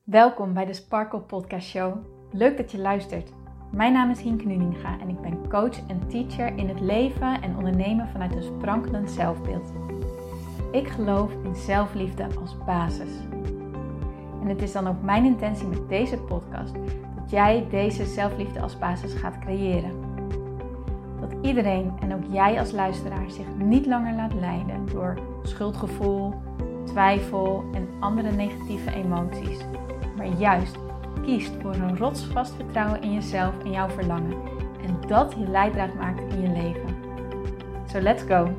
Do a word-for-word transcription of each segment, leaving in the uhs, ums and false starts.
Welkom bij de Sparkle Podcast Show. Leuk dat je luistert. Mijn naam is Hienke Nuninga en ik ben coach en teacher in het leven en ondernemen vanuit een sprankelend zelfbeeld. Ik geloof in zelfliefde als basis. En het is dan ook mijn intentie met deze podcast dat jij deze zelfliefde als basis gaat creëren. Dat iedereen en ook jij als luisteraar zich niet langer laat leiden door schuldgevoel, twijfel en andere negatieve emoties. Maar juist kiest voor een rotsvast vertrouwen in jezelf en jouw verlangen. En dat je leidraad maakt in je leven. So let's go!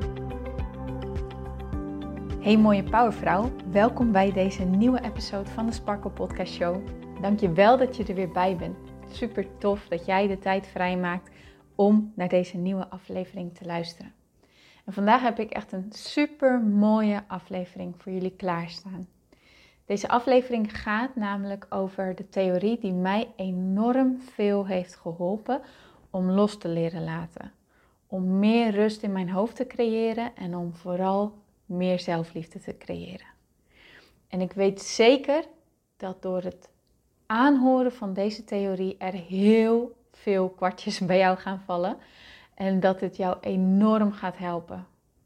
Hey mooie powervrouw, welkom bij deze nieuwe episode van de Sparkle Podcast Show. Dankjewel dat je er weer bij bent. Super tof dat jij de tijd vrijmaakt om naar deze nieuwe aflevering te luisteren. En vandaag heb ik echt een super mooie aflevering voor jullie klaarstaan. Deze aflevering gaat namelijk over de theorie die mij enorm veel heeft geholpen om los te leren laten. Om meer rust in mijn hoofd te creëren en om vooral meer zelfliefde te creëren. En ik weet zeker dat door het aanhoren van deze theorie er heel veel kwartjes bij jou gaan vallen. En dat het jou enorm gaat helpen.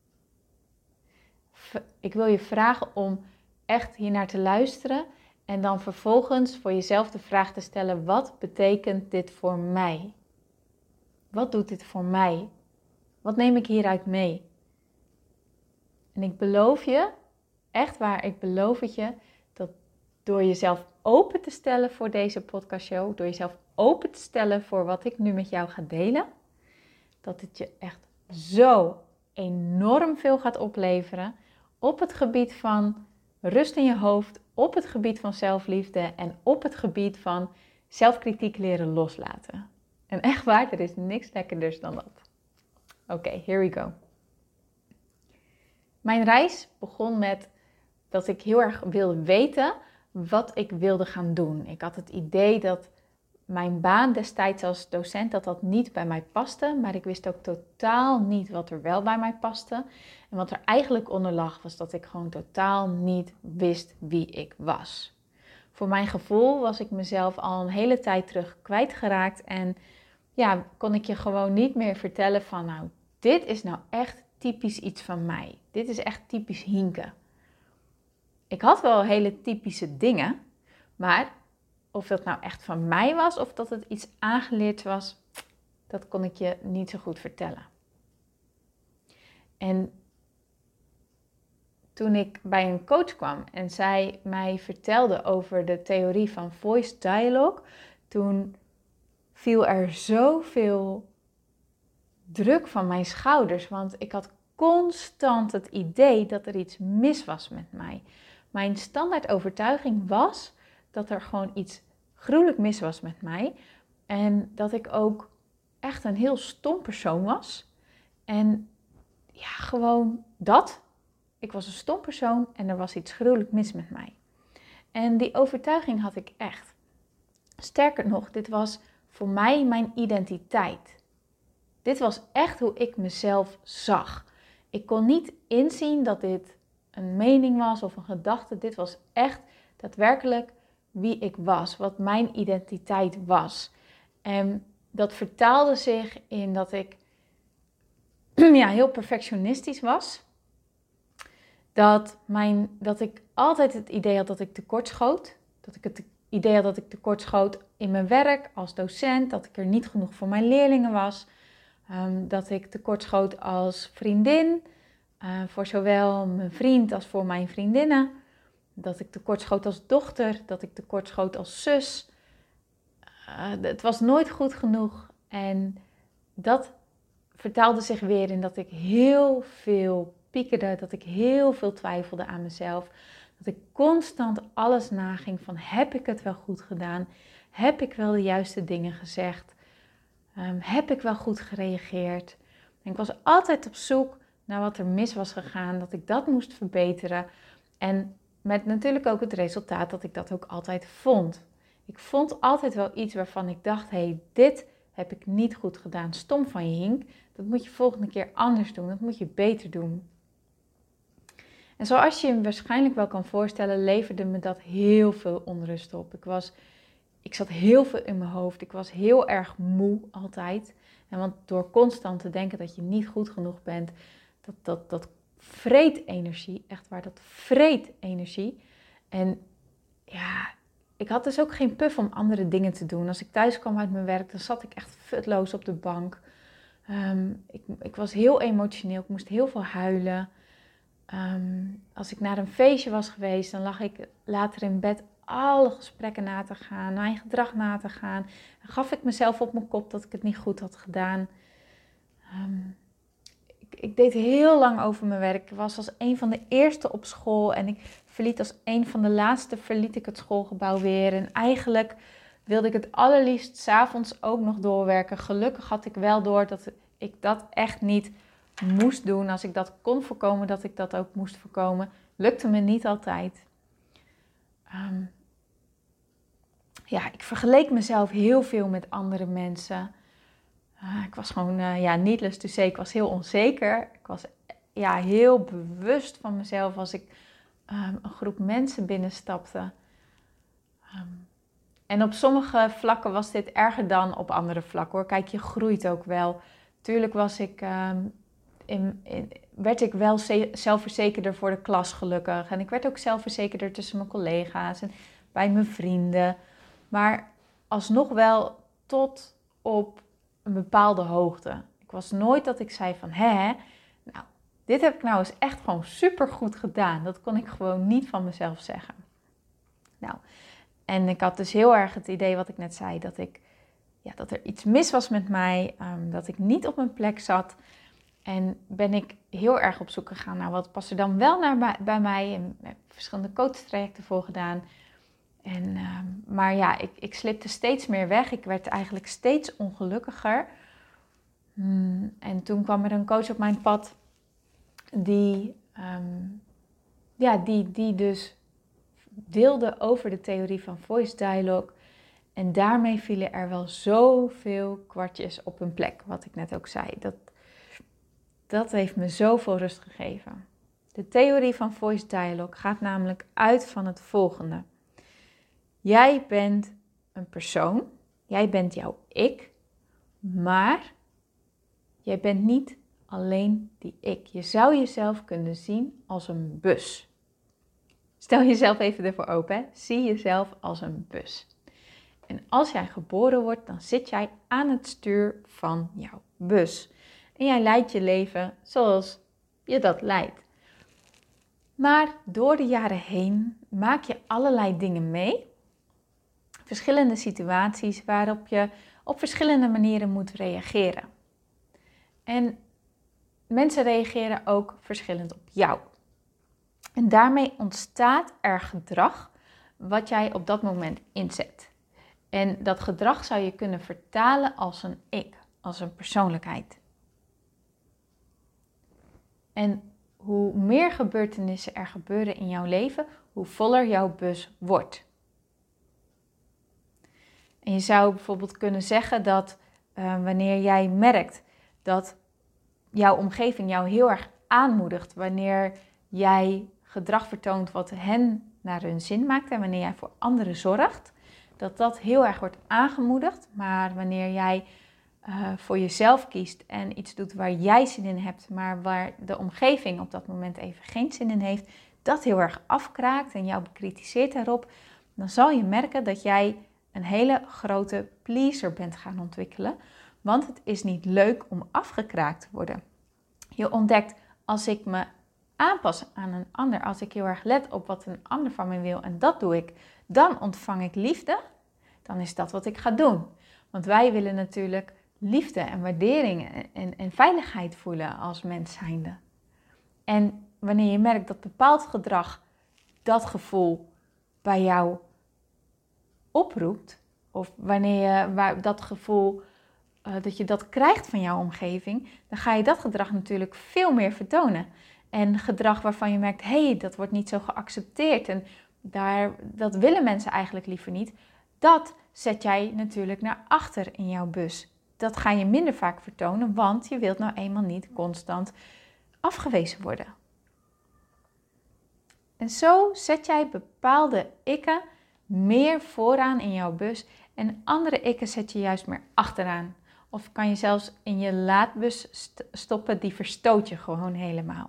Ik wil je vragen om echt hiernaar te luisteren en dan vervolgens voor jezelf de vraag te stellen: wat betekent dit voor mij? Wat doet dit voor mij? Wat neem ik hieruit mee? En ik beloof je, echt waar, ik beloof het je, dat door jezelf open te stellen voor deze podcastshow, door jezelf open te stellen voor wat ik nu met jou ga delen, dat het je echt zo enorm veel gaat opleveren op het gebied van rust in je hoofd, op het gebied van zelfliefde en op het gebied van zelfkritiek leren loslaten. En echt waar, er is niks lekkerders dan dat. Oké, okay, here we go. Mijn reis begon met dat ik heel erg wilde weten wat ik wilde gaan doen. Ik had het idee dat mijn baan destijds als docent, dat dat niet bij mij paste. Maar ik wist ook totaal niet wat er wel bij mij paste. En wat er eigenlijk onder lag, was dat ik gewoon totaal niet wist wie ik was. Voor mijn gevoel was ik mezelf al een hele tijd terug kwijtgeraakt. En ja, kon ik je gewoon niet meer vertellen van, nou, dit is nou echt typisch iets van mij. Dit is echt typisch Hienke. Ik had wel hele typische dingen, maar of dat nou echt van mij was of dat het iets aangeleerd was, dat kon ik je niet zo goed vertellen. En toen ik bij een coach kwam en zij mij vertelde over de theorie van voice dialogue, toen viel er zoveel druk van mijn schouders, want ik had constant het idee dat er iets mis was met mij. Mijn standaard overtuiging was dat er gewoon iets gruwelijk mis was met mij. En dat ik ook echt een heel stom persoon was. En ja, gewoon dat. Ik was een stom persoon en er was iets gruwelijk mis met mij. En die overtuiging had ik echt. Sterker nog, dit was voor mij mijn identiteit. Dit was echt hoe ik mezelf zag. Ik kon niet inzien dat dit een mening was of een gedachte. Dit was echt daadwerkelijk wie ik was, wat mijn identiteit was. En dat vertaalde zich in dat ik ja, heel perfectionistisch was. Dat, mijn, dat ik altijd het idee had dat ik tekortschoot. Dat ik het idee had dat ik tekortschoot in mijn werk als docent. Dat ik er niet genoeg voor mijn leerlingen was. Um, dat ik tekortschoot als vriendin. Uh, voor zowel mijn vriend als voor mijn vriendinnen. Dat ik tekortschoot als dochter, dat ik tekortschoot als zus. Uh, het was nooit goed genoeg. En dat vertaalde zich weer in dat ik heel veel piekerde, dat ik heel veel twijfelde aan mezelf. Dat ik constant alles naging van, heb ik het wel goed gedaan? Heb ik wel de juiste dingen gezegd? Um, heb ik wel goed gereageerd? En ik was altijd op zoek naar wat er mis was gegaan, dat ik dat moest verbeteren. En met natuurlijk ook het resultaat dat ik dat ook altijd vond. Ik vond altijd wel iets waarvan ik dacht, hé, hey, dit heb ik niet goed gedaan. Stom van je, Hink. Dat moet je volgende keer anders doen. Dat moet je beter doen. En zoals je je waarschijnlijk wel kan voorstellen, leverde me dat heel veel onrust op. Ik, was, ik zat heel veel in mijn hoofd. Ik was heel erg moe altijd. En want door constant te denken dat je niet goed genoeg bent, dat, dat, dat vreet energie. Echt waar, dat vreet energie. En ja, ik had dus ook geen puff om andere dingen te doen. Als ik thuis kwam uit mijn werk, dan zat ik echt futloos op de bank. Um, ik, ik was heel emotioneel, ik moest heel veel huilen. Um, als ik naar een feestje was geweest, dan lag ik later in bed alle gesprekken na te gaan, mijn gedrag na te gaan. Dan gaf ik mezelf op mijn kop dat ik het niet goed had gedaan. Um, ik, ik deed heel lang over mijn werk. Ik was als een van de eerste op school en ik verliet als een van de laatste verliet ik het schoolgebouw weer. En eigenlijk wilde ik het allerliefst 's avonds ook nog doorwerken. Gelukkig had ik wel door dat ik dat echt niet moest doen. Als ik dat kon voorkomen, dat ik dat ook moest voorkomen. Lukte me niet altijd. Um, ja, ik vergeleek mezelf heel veel met andere mensen. Uh, ik was gewoon, uh, ja, needless to say, ik was heel onzeker. Ik was ja, heel bewust van mezelf als ik um, een groep mensen binnenstapte. Um, en op sommige vlakken was dit erger dan op andere vlakken, hoor. Kijk, je groeit ook wel. Tuurlijk was ik... Um, In, in, werd ik wel ze- zelfverzekerder voor de klas gelukkig. En ik werd ook zelfverzekerder tussen mijn collega's en bij mijn vrienden. Maar alsnog wel tot op een bepaalde hoogte. Ik was nooit dat ik zei van, hè, nou, dit heb ik nou eens echt gewoon supergoed gedaan. Dat kon ik gewoon niet van mezelf zeggen. Nou, en ik had dus heel erg het idee wat ik net zei, dat, ik, ja, dat er iets mis was met mij, um, dat ik niet op mijn plek zat. En ben ik heel erg op zoek gegaan naar wat past er dan wel naar, bij mij. En heb verschillende coachtrajecten voor gedaan. En, uh, maar ja, ik, ik slipte steeds meer weg. Ik werd eigenlijk steeds ongelukkiger. Hmm, en toen kwam er een coach op mijn pad die, um, ja, die, die dus deelde over de theorie van voice dialogue. En daarmee vielen er wel zoveel kwartjes op hun plek, wat ik net ook zei. Dat, Dat heeft me zoveel rust gegeven. De theorie van voice dialogue gaat namelijk uit van het volgende. Jij bent een persoon, jij bent jouw ik, maar jij bent niet alleen die ik. Je zou jezelf kunnen zien als een bus. Stel jezelf even ervoor open, hè? Zie jezelf als een bus. En als jij geboren wordt, dan zit jij aan het stuur van jouw bus. En jij leidt je leven zoals je dat leidt. Maar door de jaren heen maak je allerlei dingen mee. Verschillende situaties waarop je op verschillende manieren moet reageren. En mensen reageren ook verschillend op jou. En daarmee ontstaat er gedrag wat jij op dat moment inzet. En dat gedrag zou je kunnen vertalen als een ik, als een persoonlijkheid. En hoe meer gebeurtenissen er gebeuren in jouw leven, hoe voller jouw bus wordt. En je zou bijvoorbeeld kunnen zeggen dat uh, wanneer jij merkt dat jouw omgeving jou heel erg aanmoedigt, wanneer jij gedrag vertoont wat hen naar hun zin maakt en wanneer jij voor anderen zorgt, dat dat heel erg wordt aangemoedigd. Maar wanneer jij uh, voor jezelf kiest en iets doet waar jij zin in hebt, maar waar de omgeving op dat moment even geen zin in heeft, dat heel erg afkraakt en jou bekritiseert daarop, dan zal je merken dat jij een hele grote pleaser bent gaan ontwikkelen. Want het is niet leuk om afgekraakt te worden. Je ontdekt, als ik me aanpas aan een ander, als ik heel erg let op wat een ander van me wil en dat doe ik, dan ontvang ik liefde, dan is dat wat ik ga doen. Want wij willen natuurlijk liefde en waardering en, en, en veiligheid voelen als mens zijnde. En wanneer je merkt dat bepaald gedrag dat gevoel bij jou oproept, of wanneer je waar dat gevoel, uh, dat je dat krijgt van jouw omgeving, dan ga je dat gedrag natuurlijk veel meer vertonen. En gedrag waarvan je merkt, hé, hey, dat wordt niet zo geaccepteerd en daar, dat willen mensen eigenlijk liever niet, dat zet jij natuurlijk naar achter in jouw bus. Dat ga je minder vaak vertonen, want je wilt nou eenmaal niet constant afgewezen worden. En zo zet jij bepaalde ikken meer vooraan in jouw bus en andere ikken zet je juist meer achteraan. Of kan je zelfs in je laadbus st- stoppen, die verstoot je gewoon helemaal.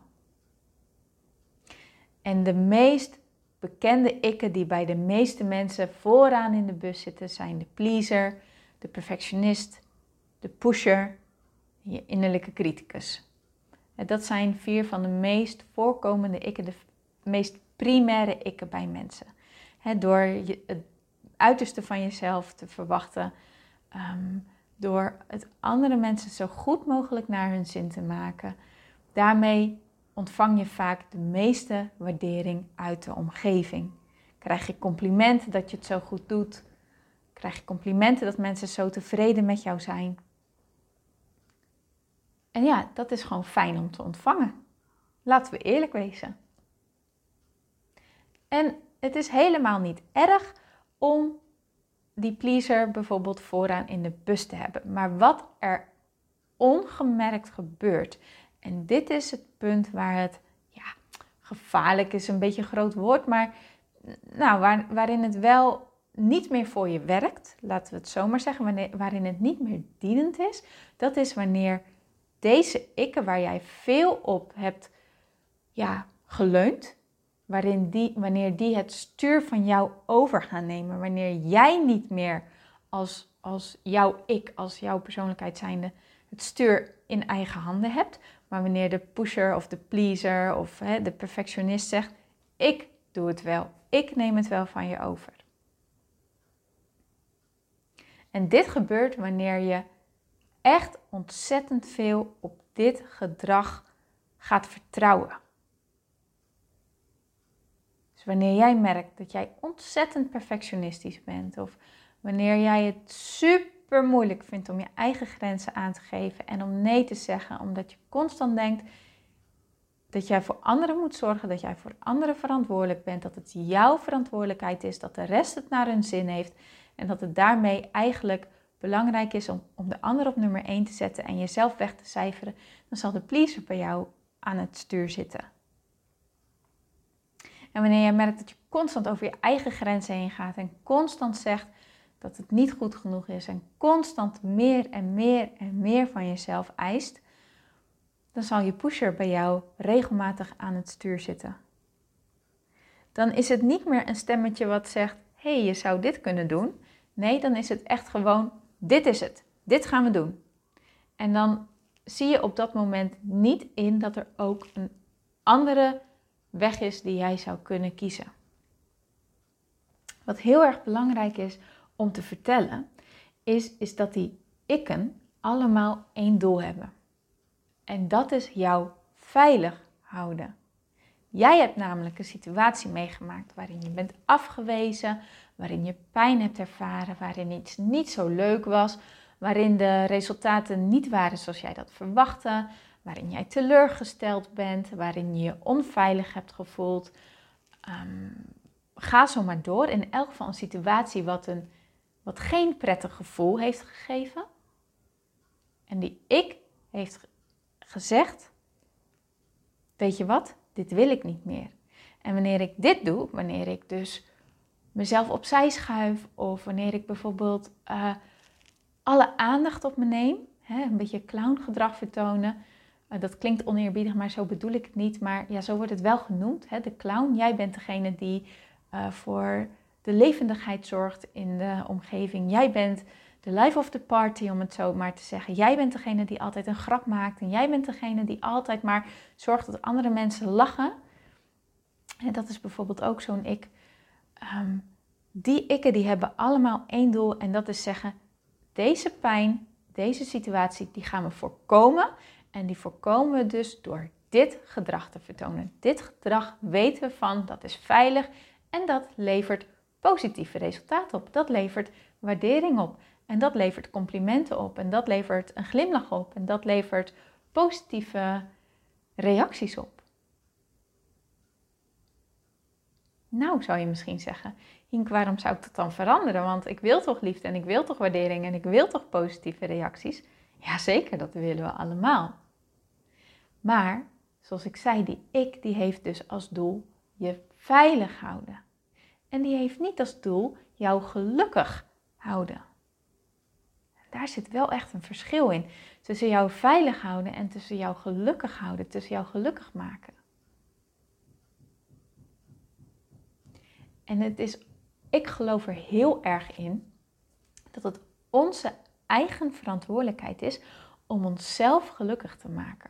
En de meest bekende ikken die bij de meeste mensen vooraan in de bus zitten zijn de pleaser, de perfectionist, de pusher en je innerlijke criticus. En dat zijn vier van de meest voorkomende ikken, de meest primaire ikken bij mensen. He, door je, het uiterste van jezelf te verwachten, um, door het andere mensen zo goed mogelijk naar hun zin te maken. Daarmee ontvang je vaak de meeste waardering uit de omgeving. Krijg je complimenten dat je het zo goed doet. Krijg je complimenten dat mensen zo tevreden met jou zijn. En ja, dat is gewoon fijn om te ontvangen. Laten we eerlijk wezen. En het is helemaal niet erg om die pleaser bijvoorbeeld vooraan in de bus te hebben. Maar wat er ongemerkt gebeurt, en dit is het punt waar het, ja, gevaarlijk is een beetje een groot woord, maar nou, waar, waarin het wel niet meer voor je werkt, laten we het zo maar zeggen, wanneer, waarin het niet meer dienend is, dat is wanneer deze ikken waar jij veel op hebt ja, geleund, waarin die, wanneer die het stuur van jou over gaan nemen, wanneer jij niet meer als, als jouw ik, als jouw persoonlijkheid zijnde, het stuur in eigen handen hebt, maar wanneer de pusher of de pleaser of hè, de perfectionist zegt, ik doe het wel, ik neem het wel van je over. En dit gebeurt wanneer je echt ontzettend veel op dit gedrag gaat vertrouwen. Dus wanneer jij merkt dat jij ontzettend perfectionistisch bent, of wanneer jij het super moeilijk vindt om je eigen grenzen aan te geven en om nee te zeggen, omdat je constant denkt dat jij voor anderen moet zorgen, dat jij voor anderen verantwoordelijk bent, dat het jouw verantwoordelijkheid is, dat de rest het naar hun zin heeft en dat het daarmee eigenlijk belangrijk is om, om de ander op nummer één te zetten en jezelf weg te cijferen, dan zal de pleaser bij jou aan het stuur zitten. En wanneer je merkt dat je constant over je eigen grenzen heen gaat en constant zegt dat het niet goed genoeg is en constant meer en meer en meer van jezelf eist, dan zal je pusher bij jou regelmatig aan het stuur zitten. Dan is het niet meer een stemmetje wat zegt, hé, hey, je zou dit kunnen doen. Nee, dan is het echt gewoon, dit is het. Dit gaan we doen. En dan zie je op dat moment niet in dat er ook een andere weg is die jij zou kunnen kiezen. Wat heel erg belangrijk is om te vertellen, is, is dat die ikken allemaal één doel hebben. En dat is jou veilig houden. Jij hebt namelijk een situatie meegemaakt waarin je bent afgewezen, waarin je pijn hebt ervaren, waarin iets niet zo leuk was, waarin de resultaten niet waren zoals jij dat verwachtte, waarin jij teleurgesteld bent, waarin je je onveilig hebt gevoeld. Um, ga zo maar door. In elk geval een situatie wat, een, wat geen prettig gevoel heeft gegeven. En die ik heeft gezegd, weet je wat, dit wil ik niet meer. En wanneer ik dit doe, wanneer ik dus mezelf opzij schuif of wanneer ik bijvoorbeeld uh, alle aandacht op me neem, hè, een beetje clowngedrag vertonen. Uh, dat klinkt oneerbiedig, maar zo bedoel ik het niet. Maar ja, zo wordt het wel genoemd. Hè, de clown, jij bent degene die uh, voor de levendigheid zorgt in de omgeving. Jij bent de life of the party, om het zo maar te zeggen. Jij bent degene die altijd een grap maakt. En jij bent degene die altijd maar zorgt dat andere mensen lachen. En dat is bijvoorbeeld ook zo'n ik. Um, die ikken die hebben allemaal één doel. En dat is zeggen, deze pijn, deze situatie, die gaan we voorkomen. En die voorkomen we dus door dit gedrag te vertonen. Dit gedrag weten we van, dat is veilig. En dat levert positieve resultaten op. Dat levert waardering op. En dat levert complimenten op. En dat levert een glimlach op. En dat levert positieve reacties op. Nou, zou je misschien zeggen, Hink, waarom zou ik dat dan veranderen? Want ik wil toch liefde en ik wil toch waardering en ik wil toch positieve reacties? Jazeker, dat willen we allemaal. Maar, zoals ik zei, die ik die heeft dus als doel je veilig houden. En die heeft niet als doel jou gelukkig houden. Daar zit wel echt een verschil in. Tussen jou veilig houden en tussen jou gelukkig houden. Tussen jou gelukkig maken. En het is, ik geloof er heel erg in dat het onze eigen verantwoordelijkheid is om onszelf gelukkig te maken.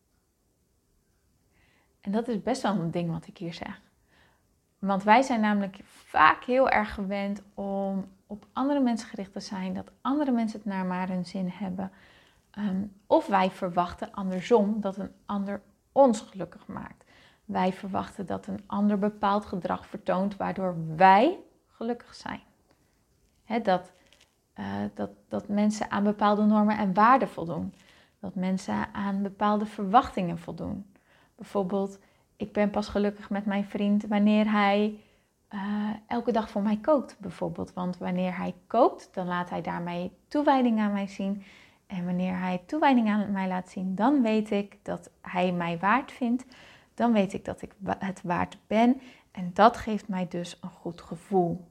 En dat is best wel een ding wat ik hier zeg. Want wij zijn namelijk vaak heel erg gewend om op andere mensen gericht te zijn. Dat andere mensen het naar maar hun zin hebben. Um, of wij verwachten andersom dat een ander ons gelukkig maakt. Wij verwachten dat een ander bepaald gedrag vertoont waardoor wij gelukkig zijn. He, dat, uh, dat, dat mensen aan bepaalde normen en waarden voldoen. Dat mensen aan bepaalde verwachtingen voldoen. Bijvoorbeeld, ik ben pas gelukkig met mijn vriend wanneer hij uh, elke dag voor mij kookt. Bijvoorbeeld, want wanneer hij kookt, dan laat hij daarmee toewijding aan mij zien. En wanneer hij toewijding aan mij laat zien, dan weet ik dat hij mij waard vindt. Dan weet ik dat ik het waard ben. En dat geeft mij dus een goed gevoel.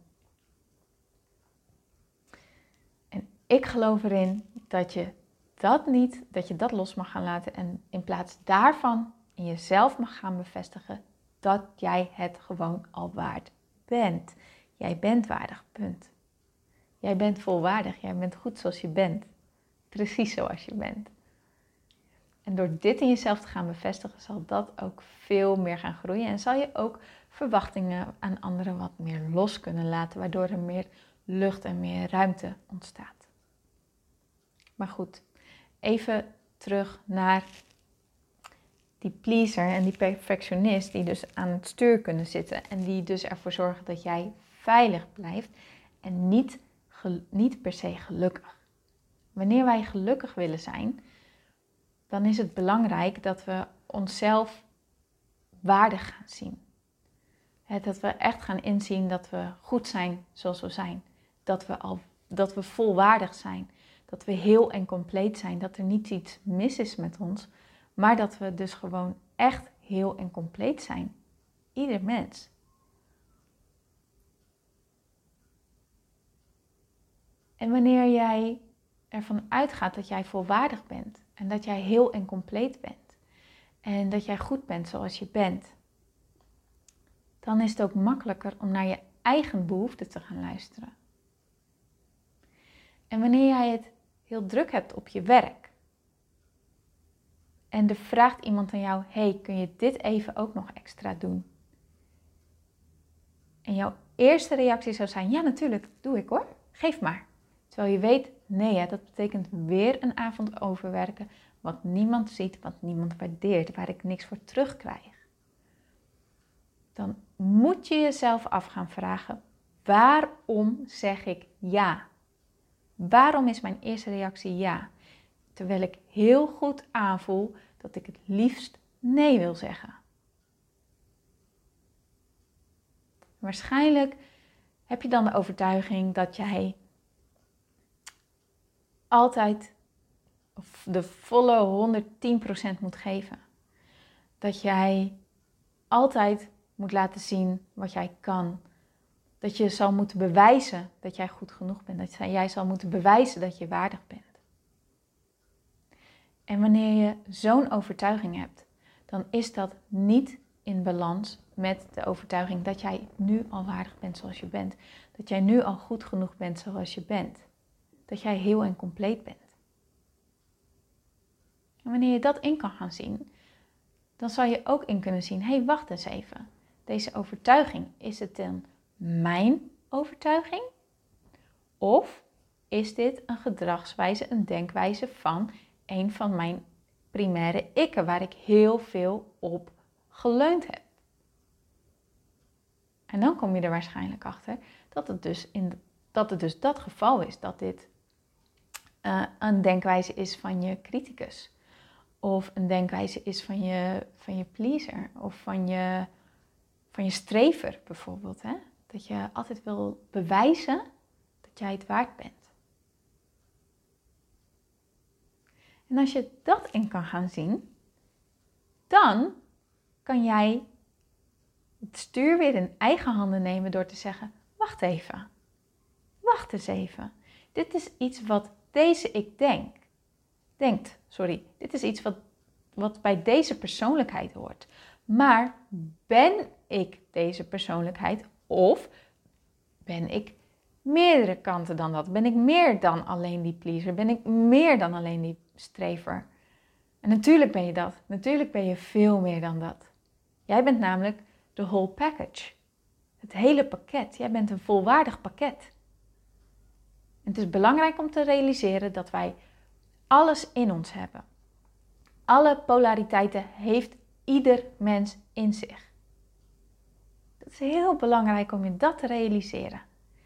En ik geloof erin dat je dat niet, dat je dat los mag gaan laten. En in plaats daarvan in jezelf mag gaan bevestigen dat jij het gewoon al waard bent. Jij bent waardig, punt. Jij bent volwaardig, jij bent goed zoals je bent. Precies zoals je bent. En door dit in jezelf te gaan bevestigen, zal dat ook veel meer gaan groeien. En zal je ook verwachtingen aan anderen wat meer los kunnen laten, waardoor er meer lucht en meer ruimte ontstaat. Maar goed, even terug naar die pleaser en die perfectionist die dus aan het stuur kunnen zitten. En die dus ervoor zorgen dat jij veilig blijft en niet, niet per se gelukkig. Wanneer wij gelukkig willen zijn, dan is het belangrijk dat we onszelf waardig gaan zien. Dat we echt gaan inzien dat we goed zijn zoals we zijn. Dat we, al, dat we volwaardig zijn. Dat we heel en compleet zijn. Dat er niet iets mis is met ons. Maar dat we dus gewoon echt heel en compleet zijn. Ieder mens. En wanneer jij ervan uitgaat dat jij volwaardig bent. En dat jij heel en compleet bent. En dat jij goed bent zoals je bent. Dan is het ook makkelijker om naar je eigen behoeften te gaan luisteren. En wanneer jij het heel druk hebt op je werk. En er vraagt iemand aan jou, hey, kun je dit even ook nog extra doen? En jouw eerste reactie zou zijn, ja natuurlijk, doe ik hoor, geef maar. Terwijl je weet, nee hè, dat betekent weer een avond overwerken, wat niemand ziet, wat niemand waardeert, waar ik niks voor terugkrijg. Dan moet je jezelf af gaan vragen, waarom zeg ik ja? Waarom is mijn eerste reactie ja? Terwijl ik heel goed aanvoel dat ik het liefst nee wil zeggen. Waarschijnlijk heb je dan de overtuiging dat jij altijd de volle honderdtien procent moet geven. Dat jij altijd moet laten zien wat jij kan. Dat je zal moeten bewijzen dat jij goed genoeg bent. Dat jij zal moeten bewijzen dat je waardig bent. En wanneer je zo'n overtuiging hebt, dan is dat niet in balans met de overtuiging dat jij nu al waardig bent zoals je bent. Dat jij nu al goed genoeg bent zoals je bent. Dat jij heel en compleet bent. En wanneer je dat in kan gaan zien, dan zal je ook in kunnen zien, hé, hey, wacht eens even. Deze overtuiging, is het dan mijn overtuiging? Of is dit een gedragswijze, een denkwijze van een van mijn primaire ikken, waar ik heel veel op geleund heb? En dan kom je er waarschijnlijk achter dat het dus, in, dat, het dus dat geval is, dat dit uh, een denkwijze is van je criticus. Of een denkwijze is van je, van je pleaser. Of van je, van je strever bijvoorbeeld. Hè? Dat je altijd wil bewijzen dat jij het waard bent. En als je dat in kan gaan zien, dan kan jij het stuur weer in eigen handen nemen door te zeggen, wacht even, wacht eens even. Dit is iets wat deze ik denk, denkt, sorry, dit is iets wat, wat bij deze persoonlijkheid hoort. Maar ben ik deze persoonlijkheid of ben ik meerdere kanten dan dat? Ben ik meer dan alleen die pleaser? Ben ik meer dan alleen die strever? En natuurlijk ben je dat. Natuurlijk ben je veel meer dan dat. Jij bent namelijk de whole package. Het hele pakket. Jij bent een volwaardig pakket. En het is belangrijk om te realiseren dat wij alles in ons hebben. Alle polariteiten heeft ieder mens in zich. Het is heel belangrijk om je dat te realiseren.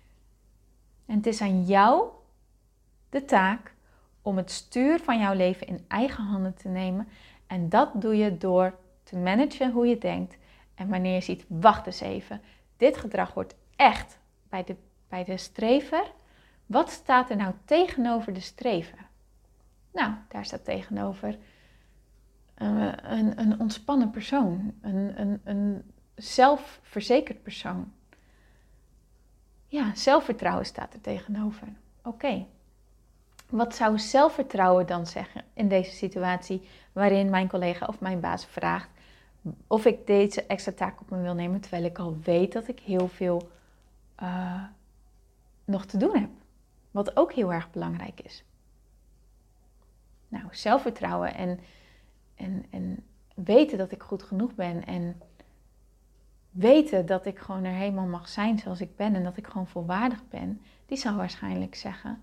En het is aan jou de taak om het stuur van jouw leven in eigen handen te nemen. En dat doe je door te managen hoe je denkt. En wanneer je ziet, wacht eens even, dit gedrag hoort echt bij de, bij de strever. Wat staat er nou tegenover de strever? Nou, daar staat tegenover uh, een, een ontspannen persoon, een, een, een zelfverzekerd persoon. Ja, zelfvertrouwen staat er tegenover. Oké, okay. Wat zou zelfvertrouwen dan zeggen in deze situatie waarin mijn collega of mijn baas vraagt of ik deze extra taak op me wil nemen, terwijl ik al weet dat ik heel veel uh, nog te doen heb. Wat ook heel erg belangrijk is. Nou, zelfvertrouwen en, en, en weten dat ik goed genoeg ben en weten dat ik gewoon er helemaal mag zijn zoals ik ben en dat ik gewoon volwaardig ben, die zal waarschijnlijk zeggen,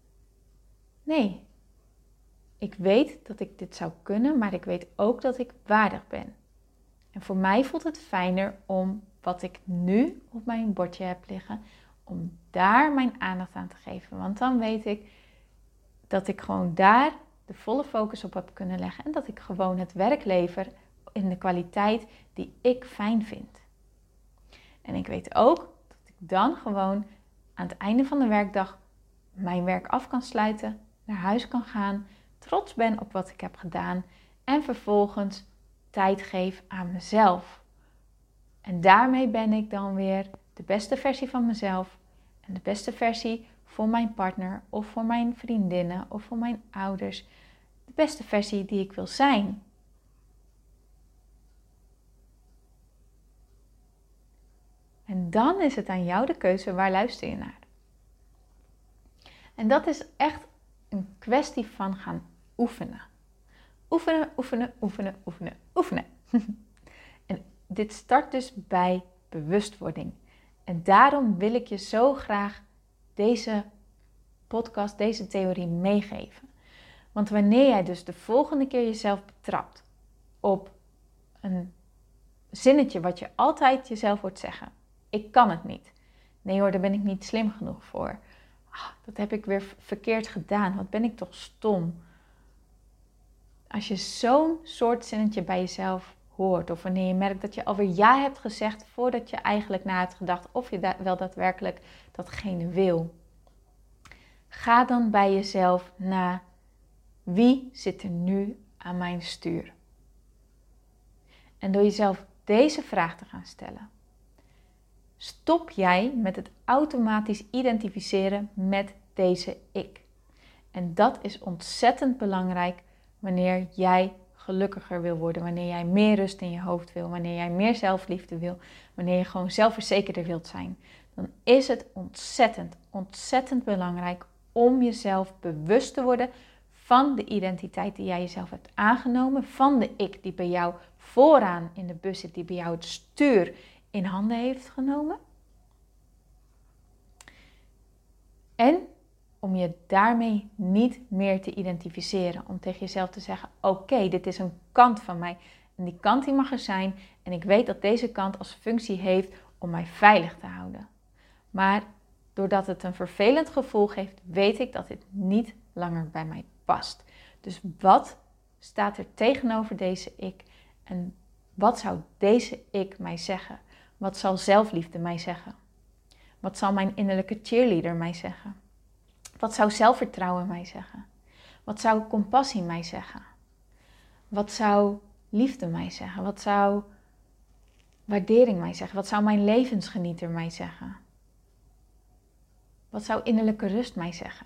nee, ik weet dat ik dit zou kunnen, maar ik weet ook dat ik waardig ben. En voor mij voelt het fijner om wat ik nu op mijn bordje heb liggen, om daar mijn aandacht aan te geven. Want dan weet ik dat ik gewoon daar de volle focus op heb kunnen leggen en dat ik gewoon het werk lever in de kwaliteit die ik fijn vind. En ik weet ook dat ik dan gewoon aan het einde van de werkdag mijn werk af kan sluiten, naar huis kan gaan, trots ben op wat ik heb gedaan en vervolgens tijd geef aan mezelf. En daarmee ben ik dan weer de beste versie van mezelf en de beste versie voor mijn partner of voor mijn vriendinnen of voor mijn ouders. De beste versie die ik wil zijn. En dan is het aan jou de keuze, waar luister je naar? En dat is echt een kwestie van gaan oefenen. Oefenen, oefenen, oefenen, oefenen, oefenen. En dit start dus bij bewustwording. En daarom wil ik je zo graag deze podcast, deze theorie meegeven. Want wanneer jij dus de volgende keer jezelf betrapt op een zinnetje wat je altijd jezelf hoort zeggen. Ik kan het niet. Nee hoor, daar ben ik niet slim genoeg voor. Ah, dat heb ik weer verkeerd gedaan. Wat ben ik toch stom. Als je zo'n soort zinnetje bij jezelf hoort. Of wanneer je merkt dat je alweer ja hebt gezegd voordat je eigenlijk na hebt gedacht of je da- wel daadwerkelijk datgene wil. Ga dan bij jezelf na. Wie zit er nu aan mijn stuur? En door jezelf deze vraag te gaan stellen, stop jij met het automatisch identificeren met deze ik. En dat is ontzettend belangrijk wanneer jij gelukkiger wil worden, wanneer jij meer rust in je hoofd wil, wanneer jij meer zelfliefde wil, wanneer je gewoon zelfverzekerder wilt zijn. Dan is het ontzettend, ontzettend belangrijk om jezelf bewust te worden van de identiteit die jij jezelf hebt aangenomen, van de ik die bij jou vooraan in de bus zit, die bij jou het stuur in handen heeft genomen. En om je daarmee niet meer te identificeren, om tegen jezelf te zeggen, oké, okay, dit is een kant van mij en die kant die mag er zijn en ik weet dat deze kant als functie heeft om mij veilig te houden. Maar doordat het een vervelend gevoel geeft, weet ik dat dit niet langer bij mij past. Dus wat staat er tegenover deze ik en wat zou deze ik mij zeggen? Wat zal zelfliefde mij zeggen? Wat zal mijn innerlijke cheerleader mij zeggen? Wat zou zelfvertrouwen mij zeggen? Wat zou compassie mij zeggen? Wat zou liefde mij zeggen? Wat zou waardering mij zeggen? Wat zou mijn levensgenieter mij zeggen? Wat zou innerlijke rust mij zeggen?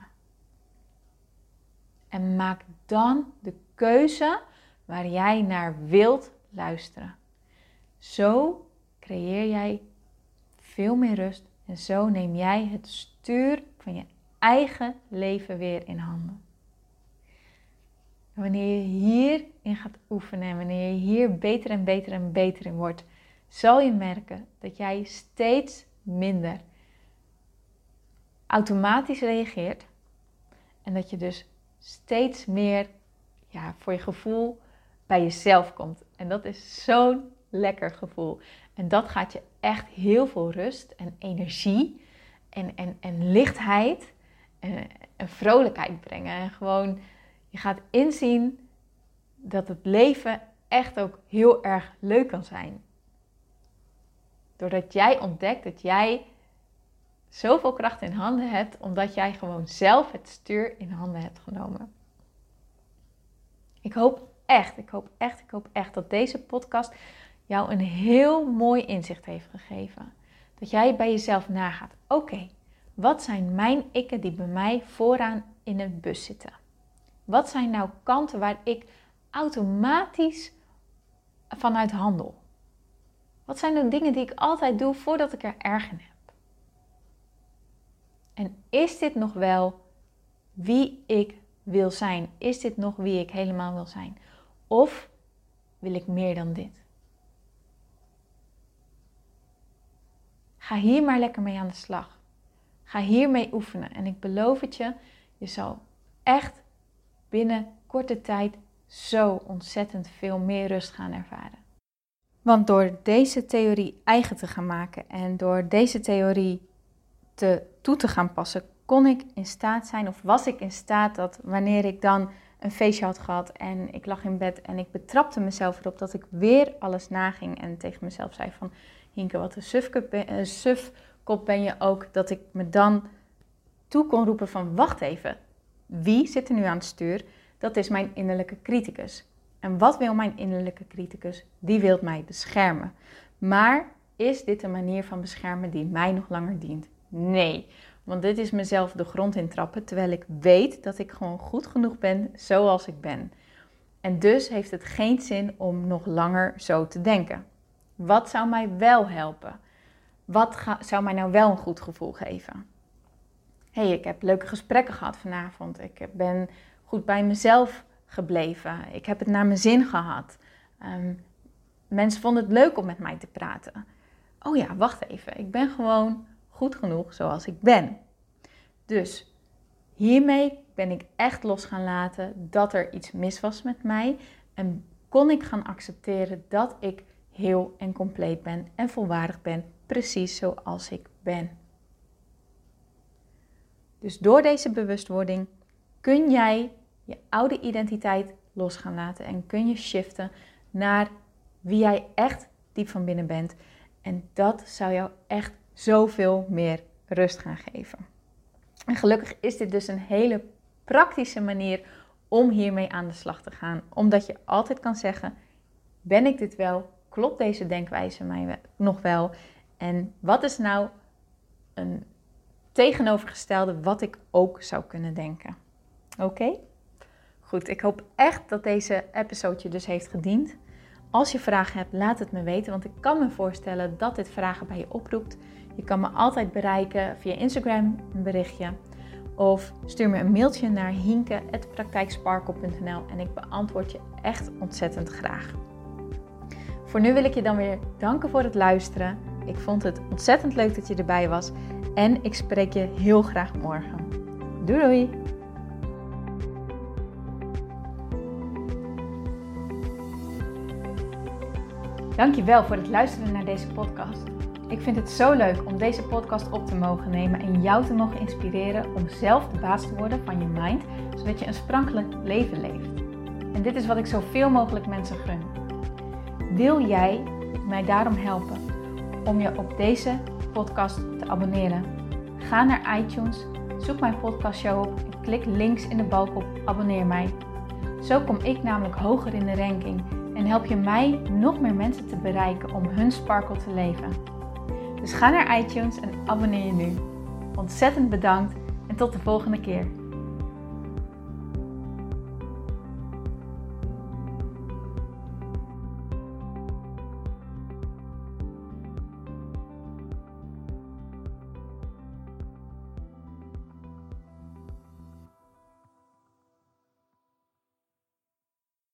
En maak dan de keuze waar jij naar wilt luisteren. Zo creëer jij veel meer rust en zo neem jij het stuur van je eigen leven weer in handen. En wanneer je hierin gaat oefenen en wanneer je hier beter en beter en beter in wordt, zal je merken dat jij steeds minder automatisch reageert en dat je dus steeds meer ja, voor je gevoel bij jezelf komt. En dat is zo'n lekker gevoel. En dat gaat je echt heel veel rust en energie en, en, en lichtheid en, en vrolijkheid brengen. En gewoon, je gaat inzien dat het leven echt ook heel erg leuk kan zijn. Doordat jij ontdekt dat jij zoveel kracht in handen hebt, omdat jij gewoon zelf het stuur in handen hebt genomen. Ik hoop echt, ik hoop echt, ik hoop echt dat deze podcast jou een heel mooi inzicht heeft gegeven. Dat jij bij jezelf nagaat, oké, okay, wat zijn mijn ikken die bij mij vooraan in een bus zitten? Wat zijn nou kanten waar ik automatisch vanuit handel? Wat zijn de dingen die ik altijd doe voordat ik er erg in heb? En is dit nog wel wie ik wil zijn? Is dit nog wie ik helemaal wil zijn? Of wil ik meer dan dit? Ga hier maar lekker mee aan de slag. Ga hiermee oefenen. En ik beloof het je, je zal echt binnen korte tijd zo ontzettend veel meer rust gaan ervaren. Want door deze theorie eigen te gaan maken en door deze theorie te, toe te gaan passen, kon ik in staat zijn, of was ik in staat dat wanneer ik dan een feestje had gehad en ik lag in bed en ik betrapte mezelf erop dat ik weer alles naging en tegen mezelf zei van, Hienke, wat een sufkop ben, sufkop ben je ook, dat ik me dan toe kon roepen van, wacht even, wie zit er nu aan het stuur? Dat is mijn innerlijke criticus. En wat wil mijn innerlijke criticus? Die wil mij beschermen. Maar is dit een manier van beschermen die mij nog langer dient? Nee, want dit is mezelf de grond intrappen, terwijl ik weet dat ik gewoon goed genoeg ben zoals ik ben. En dus heeft het geen zin om nog langer zo te denken. Wat zou mij wel helpen? Wat ga, zou mij nou wel een goed gevoel geven? Hé, hey, ik heb leuke gesprekken gehad vanavond. Ik ben goed bij mezelf gebleven. Ik heb het naar mijn zin gehad. Um, mensen vonden het leuk om met mij te praten. Oh ja, wacht even. Ik ben gewoon goed genoeg zoals ik ben. Dus hiermee ben ik echt los gaan laten dat er iets mis was met mij. En kon ik gaan accepteren dat ik heel en compleet ben en volwaardig ben. Precies zoals ik ben. Dus door deze bewustwording kun jij je oude identiteit los gaan laten en kun je shiften naar wie jij echt diep van binnen bent. En dat zou jou echt zoveel meer rust gaan geven. En gelukkig is dit dus een hele praktische manier om hiermee aan de slag te gaan. Omdat je altijd kan zeggen, ben ik dit wel? Klopt deze denkwijze mij nog wel? En wat is nou een tegenovergestelde wat ik ook zou kunnen denken? Oké? Okay? Goed, ik hoop echt dat deze episode je dus heeft gediend. Als je vragen hebt, laat het me weten, want ik kan me voorstellen dat dit vragen bij je oproept. Je kan me altijd bereiken via Instagram, een berichtje. Of stuur me een mailtje naar hienke at praktijksparkle punt n l en ik beantwoord je echt ontzettend graag. Voor nu wil ik je dan weer danken voor het luisteren. Ik vond het ontzettend leuk dat je erbij was. En ik spreek je heel graag morgen. Doei doei! Dankjewel voor het luisteren naar deze podcast. Ik vind het zo leuk om deze podcast op te mogen nemen en jou te mogen inspireren om zelf de baas te worden van je mind, zodat je een sprankelijk leven leeft. En dit is wat ik zoveel mogelijk mensen gun. Wil jij mij daarom helpen om je op deze podcast te abonneren? Ga naar iTunes, zoek mijn podcastshow op en klik links in de balk op abonneer mij. Zo kom ik namelijk hoger in de ranking en help je mij nog meer mensen te bereiken om hun sparkle te leven. Dus ga naar iTunes en abonneer je nu. Ontzettend bedankt en tot de volgende keer.